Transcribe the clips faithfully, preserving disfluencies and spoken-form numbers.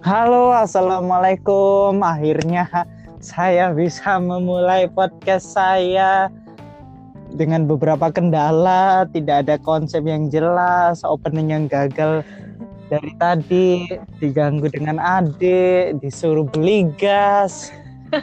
Halo, assalamualaikum. Akhirnya saya bisa memulai podcast saya dengan beberapa kendala, tidak ada konsep yang jelas, opening yang gagal dari tadi, diganggu dengan adik, disuruh beli gas.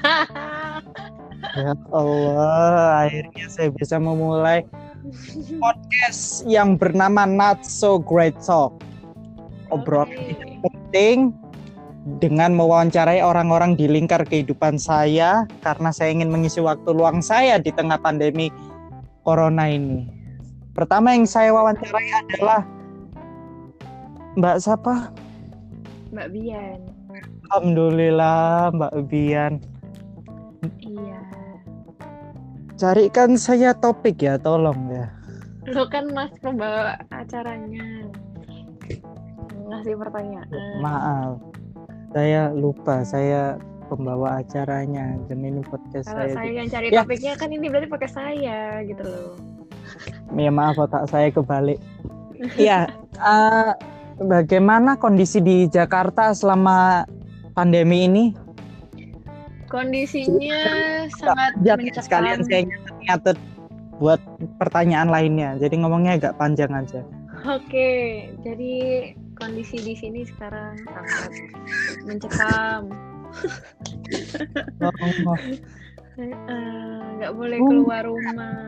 Ya Allah, akhirnya saya bisa memulai podcast yang bernama Not So Great Talk. Obrolan Oke. tidak penting dengan mewawancarai orang-orang di lingkar kehidupan saya karena saya ingin mengisi waktu luang saya di tengah pandemi corona ini. Pertama yang saya wawancarai adalah Mbak siapa? Mbak Bian. Alhamdulillah Mbak Bian. Iya. Carikan saya topik ya, tolong ya. Lo kan mas pembawa acaranya. Ngasih pertanyaan. Maaf, saya lupa, saya pembawa acaranya dan ini podcast Kalau saya. saya yang cari Ya. topiknya kan ini berarti pakai saya gitu loh. Ya maaf otak saya kebalik. Iya, uh, bagaimana kondisi di Jakarta selama pandemi ini? Kondisinya sangat Ya, mencekam. sekalian saya nyatet buat pertanyaan lainnya. Jadi ngomongnya agak panjang aja. Oke, jadi kondisi di sini sekarang sangat mencekam. Oh, Nggak boleh keluar rumah.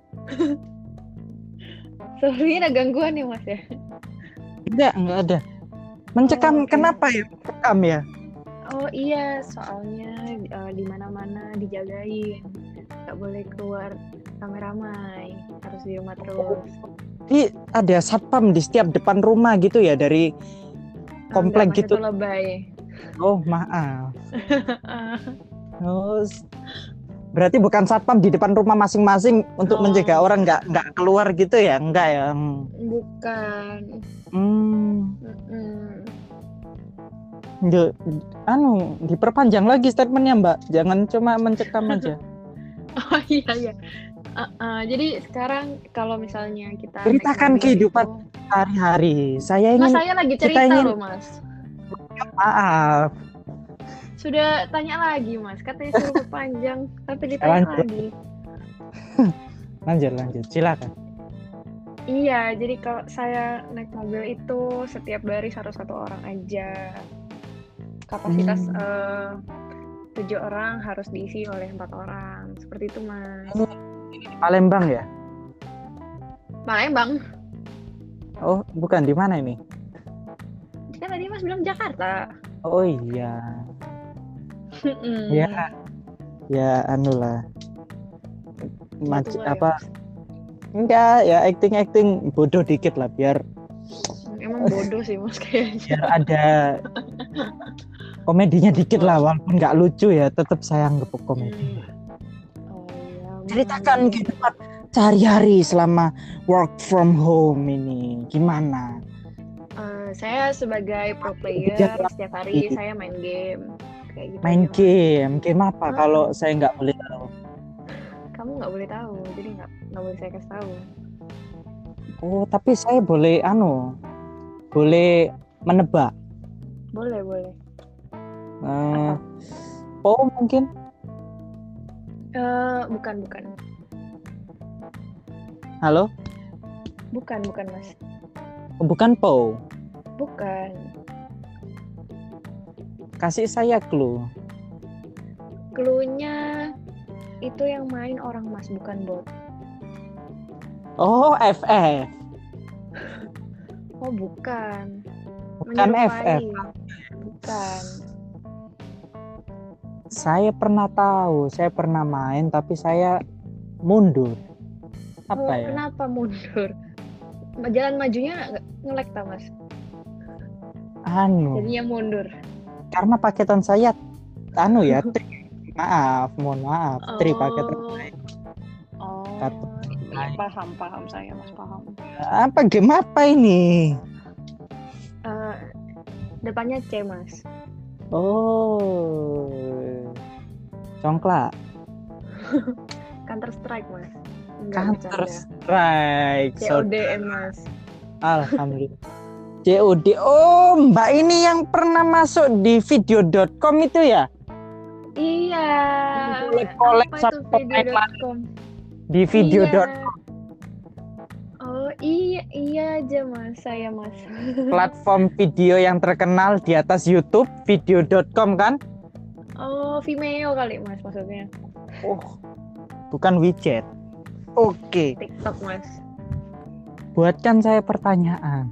Sorry, ada gangguan nih mas ya? enggak, enggak ada. Mencekam, Oh, okay. Kenapa ya? Mencekam ya? Oh iya, soalnya uh, di mana-mana dijagain, nggak boleh keluar ramai-ramai, harus di rumah terus. Jadi ada satpam di setiap depan rumah gitu ya, dari komplek Enggak, gitu. Mas, itu lebay. Oh maaf. Oh, berarti bukan satpam di depan rumah masing-masing untuk Oh. mencegah orang nggak nggak keluar gitu ya? Enggak ya? Bukan. Hmm. Mm-mm. Nggak, anu diperpanjang lagi statementnya Mbak, jangan cuma mencekam aja. Oh iya iya. Uh, uh, jadi sekarang kalau misalnya kita Ceritakan naik mobil kehidupan itu, sehari-hari. Saya ingin. Mas saya lagi kita cerita ingin- loh Mas. Maaf. Sudah tanya lagi Mas, katanya suruh panjang, tapi ditanya Lanjut. lagi. Lanjut lanjut, silakan. Iya, jadi kalau saya naik mobil itu setiap baris harus satu orang aja. Kapasitas Hmm. eh, tujuh orang harus diisi oleh empat orang. Seperti itu, Mas. Di Palembang ya? Palembang. Oh, bukan, di mana ini? Kan tadi Mas bilang Jakarta. Oh iya. Mm-mm. Ya. Ya anu lah. Mac- Betul, ya, apa? Mas. Enggak, ya acting-acting bodoh dikit lah biar Emang bodoh sih Mas kayaknya. biar ada komedinya dikit lah, walaupun nggak lucu ya, tetap saya anggap komedi. Hmm. Oh iya. Ceritakan kehidupan sehari-hari selama work from home ini gimana? Uh, saya sebagai pro player Jadwal- setiap hari saya main game kayak gitu. Main aja, Mas. game, game apa? Ah. Kalau saya nggak boleh tahu. Kamu nggak boleh tahu, jadi nggak nggak boleh saya kasih tahu. Oh, tapi saya boleh anu, boleh menebak. Boleh boleh. Uh, oh mungkin? Uh, bukan bukan Halo? bukan bukan Mas. Oh, bukan P O. Bukan. Kasih saya clue. Cluenya itu yang main orang Mas, bukan bot. Oh, F F. Oh bukan. Bukan F F. Bukan. Saya pernah tahu, saya pernah main, tapi saya mundur. Apa Oh, ya? kenapa mundur? Jalan majunya nge-lag tak Mas? Anu, Jadinya mundur. karena paketan saya anu ya, tri. Maaf, mohon maaf, tri paketan saya. Oh, Kartu. iya, paham paham saya Mas, paham. Apa game apa ini? Uh, depannya C Mas. Oh, congklak. Counter Strike Mas. Counter Strike. C O D M Mas. Alhamdulillah. C C O D. Oh, Mbak ini yang pernah masuk di video dot com itu ya? Iya. Collab Apa sama itu pemain video dot com? di video Iya. dot com. Oh iya, iya aja mas, saya mas. Platform video yang terkenal di atas YouTube, video dot com kan? Oh, Vimeo kali mas maksudnya. Oh, bukan widget. Oke, TikTok mas. buatkan saya pertanyaan.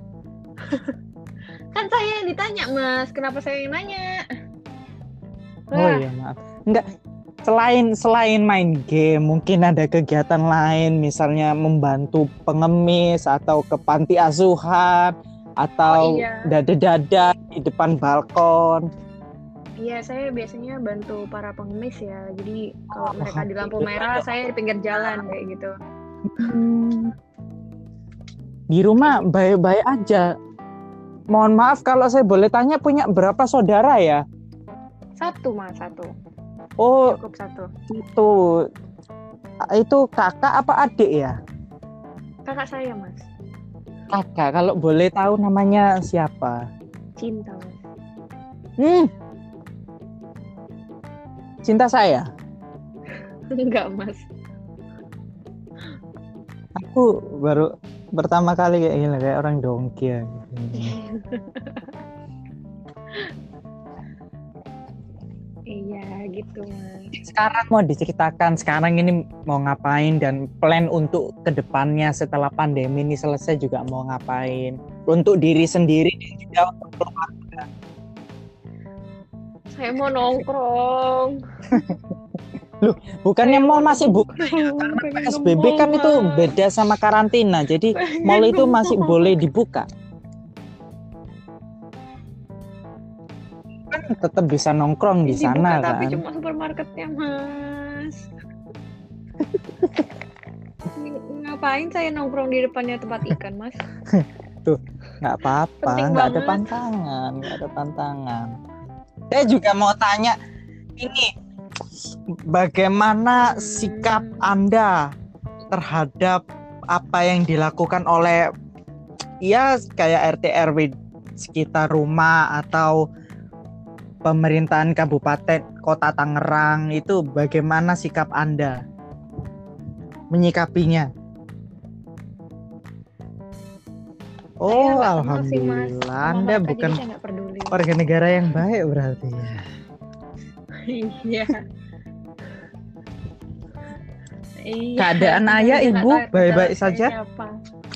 Kan saya yang ditanya mas, kenapa saya yang nanya? Oh Wah, iya, maaf. Enggak, selain selain main game, mungkin ada kegiatan lain, misalnya membantu pengemis atau ke panti asuhan atau Oh, iya. dada-dada di depan balkon. Iya, saya biasanya bantu para pengemis ya. Jadi kalau Oh, mereka di lampu itu merah, ada. saya di pinggir jalan kayak gitu. Hmm. Di rumah baik-baik aja. Mohon maaf kalau saya boleh tanya, punya berapa saudara ya? Satu mas, satu. Oh, Cukup satu. itu itu kakak apa adik ya? Kakak saya mas. Kakak, kalau boleh tahu namanya siapa? Cinta mas. Hmm. Cinta saya. Enggak mas. Aku baru pertama kali kayak gini, kayak orang dongki ya. Iya gitu mas. Sekarang mau diceritakan sekarang ini mau ngapain dan plan untuk kedepannya setelah pandemi ini selesai juga mau ngapain untuk diri sendiri dan juga untuk keluarga. Saya mau nongkrong. Loh, bukannya Saya mall mau masih buka ya? nongkrong, Karena pengen P S B B ke kan mall, itu Mas. beda sama karantina. Jadi Pengen mall itu ke masih mall. boleh dibuka. Kan tetap bisa nongkrong di Dibuka sana tapi kan. cuma supermarketnya mas. Ngapain saya nongkrong di depannya tempat ikan mas? Tuh, nggak apa-apa, Penting nggak ada banget. pantangan, nggak ada pantangan. Saya juga mau tanya ini, bagaimana sikap Anda terhadap apa yang dilakukan oleh ya kayak R T R W sekitar rumah atau pemerintahan Kabupaten Kota Tangerang, itu bagaimana sikap Anda menyikapinya? Oh, Saya nggak kenal sih, Mas, alhamdulillah sama Anda mereka, bukan jadi saya nggak peduli. warga negara yang baik berarti ya. Iya. Iya. Keadaan Saya ayah, nggak ibu, tahu R T baik-baik saya saja? siapa.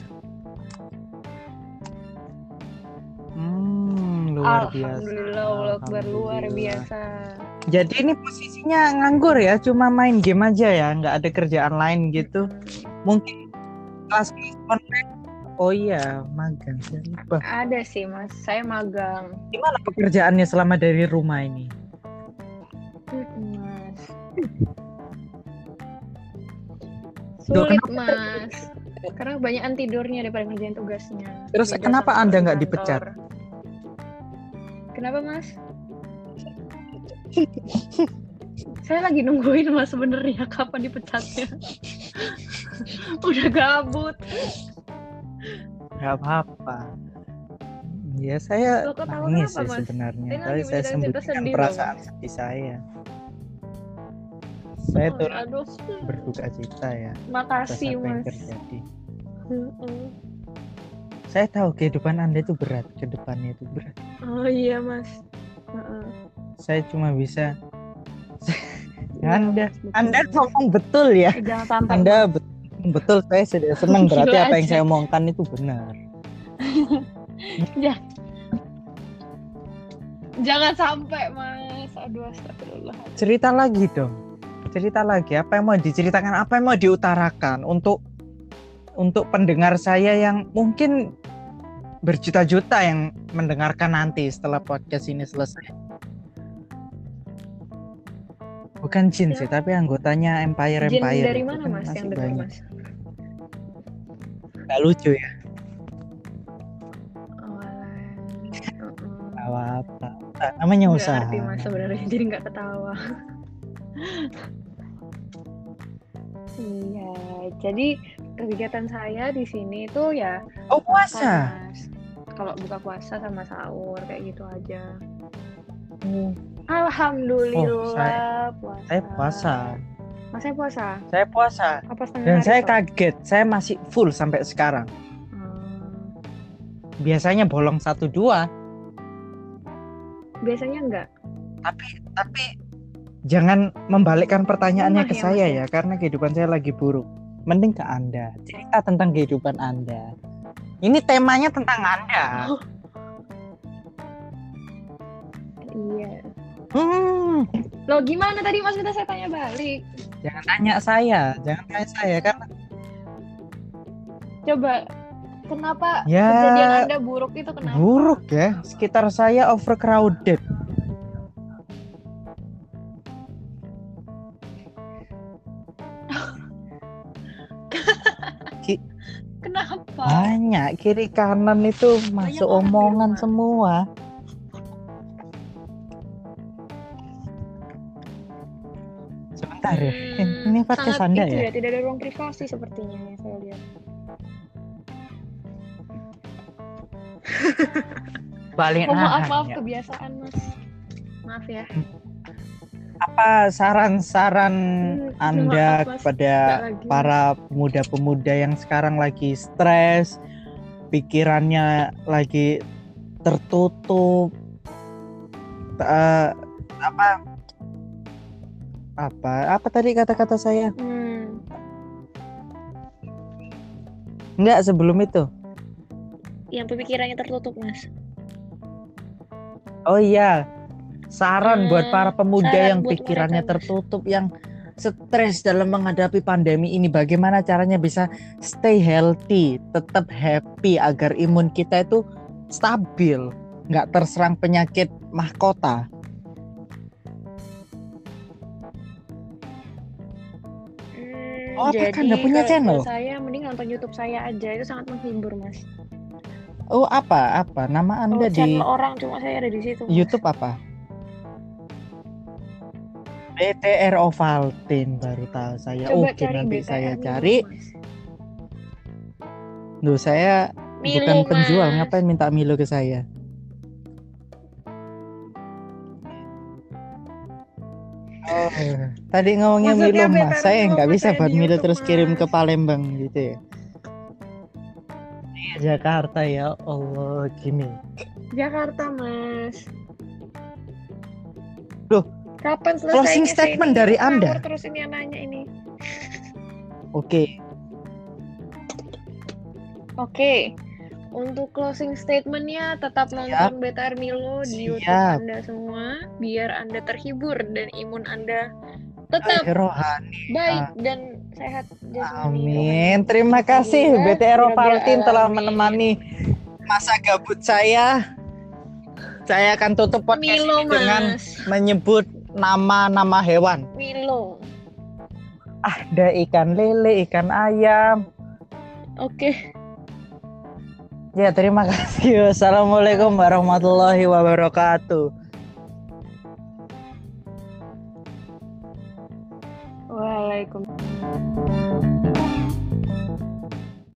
Hmm, luar biasa. Alhamdulillah, Allah Akbar, luar Alhamdulillah. biasa. Jadi ini posisinya nganggur ya, cuma main game aja ya, nggak ada kerjaan lain gitu. Mungkin kelas online. Oh iya, magang. Saya lupa. Ada sih mas, saya magang. Gimana pekerjaannya selama dari rumah ini? Mm-mm, mas. Duh, Sulit kenapa? mas, karena banyakan tidurnya daripada ngerjain tugasnya. Terus Beda kenapa sama Anda di nggak kantor. dipecat? Kenapa mas? Saya lagi nungguin mas sebenarnya kapan dipecatnya. Udah gabut. Nggak apa-apa. Ya saya Loh, kok tahu nangis kenapa, sih Mas? sebenarnya, Ini tapi lagi saya menceritakan cerita sembunyikan sedih loh, perasaan Mas. sedih saya. Saya Oh, turut aduh. berduka cita ya atas Makasih apa yang mas. terjadi. Mm-mm. Saya tahu kehidupan Anda itu berat, ke depannya itu berat. Oh iya mas. Uh-uh. Saya cuma bisa Iya, Anda Mas, betul, Anda Mas. ngomong betul ya. Eh, jangan sampai Anda betul, betul saya sudah senang, berarti Gila apa yang aja. saya omongkan itu benar. Ja- Jangan sampai mas. Aduh astagfirullah. Cerita lagi dong. Cerita lagi, apa yang mau diceritakan, apa yang mau diutarakan untuk untuk pendengar saya yang mungkin berjuta-juta yang mendengarkan nanti setelah podcast ini selesai. Bukan jin sih, tapi anggotanya Empire Jin Empire dari itu mana kan mas masih yang dengar banyak. mas? Gak lucu ya? Oh, alah. Uh-uh. Gak apa-apa. Nah, namanya Nggak usaha. ngerti mas sebenarnya, jadi nggak ketawa. Iya, jadi kegiatan saya di sini tuh ya Oh makan, puasa? Mas. kalau buka puasa sama sahur kayak gitu aja. Oh, Alhamdulillah Oh, saya- puasa. saya puasa. Masnya puasa? Saya puasa. Apa setengah Dan hari? saya Sok? kaget, saya masih full sampai sekarang. Hmm, Biasanya bolong satu dua, biasanya enggak. tapi tapi jangan membalikkan pertanyaannya Lemah ke ya, saya Mas, ya? ya, karena kehidupan saya lagi buruk. Mending ke Anda, cerita tentang kehidupan Anda. Ini temanya tentang Anda. Iya. Hmm, Loh gimana tadi Mas minta saya tanya balik? jangan tanya saya, jangan tanya saya karena Coba kenapa Ya, kejadian Anda buruk itu kenapa? buruk ya. Sekitar saya overcrowded. Ki- Kenapa? Banyak kiri kanan itu masuk orang di omongan rumah. semua. Sebentar ya. Hmm, Ini podcast sangat Anda itu ya? Tidak ada ruang privasi sepertinya yang saya lihat. Balik Oh, maaf nahan maaf ya. kebiasaan Mas. Maaf ya. Apa saran-saran Hmm, Anda maaf, Mas. kepada Nggak lagi, Mas. para pemuda-pemuda yang sekarang lagi stres, pikirannya lagi tertutup, eh, apa apa apa tadi kata-kata saya? Hmm, Enggak, sebelum itu. yang pemikirannya tertutup Mas. Oh iya, saran Hmm, buat para pemuda saran yang buat pikirannya mereka, Mas. tertutup, yang stres dalam menghadapi pandemi ini, bagaimana caranya bisa stay healthy, tetap happy agar imun kita itu stabil, nggak terserang penyakit mahkota. Hmm, Oh, apakah jadi Anda punya kalau channel? menurut saya mending nonton YouTube saya aja, itu sangat menghibur Mas. Oh, apa apa nama Oh, Anda di channel orang cuma saya ada di situ. Mas. YouTube apa? B T R Ovaltine, baru tahu saya. Coba Oke, cari nanti B T R saya Milo, cari. Mas. Duh, saya Milo, bukan penjual, Mas. ngapain minta Milo ke saya? Oh, tadi ngomongnya Maksudnya Milo, B T R Mas. Saya Milo, nggak Mas, bisa saya buat di Milo YouTube, terus kirim ke Mas. Palembang gitu ya. Iya, Jakarta ya Allah, gini. Jakarta, Mas. Loh, Kapan closing selesainya statement ini? dari Ngawur Anda. terus ini yang nanya ini. Oke, Oke. Untuk closing statementnya tetap nonton B T R Milo di YouTube Siap. Anda semua biar Anda terhibur dan imun Anda tetap Eh, rohani. baik dan sehat jasmani. Amin. Terima kasih B T R Ovaltine telah menemani masa gabut saya. Saya akan tutup podcast Milo, ini dengan Mas. menyebut nama-nama hewan. Milo. Ada ikan lele, ikan ayam. Oke. Ya, terima kasih. Wassalamualaikum warahmatullahi wabarakatuh.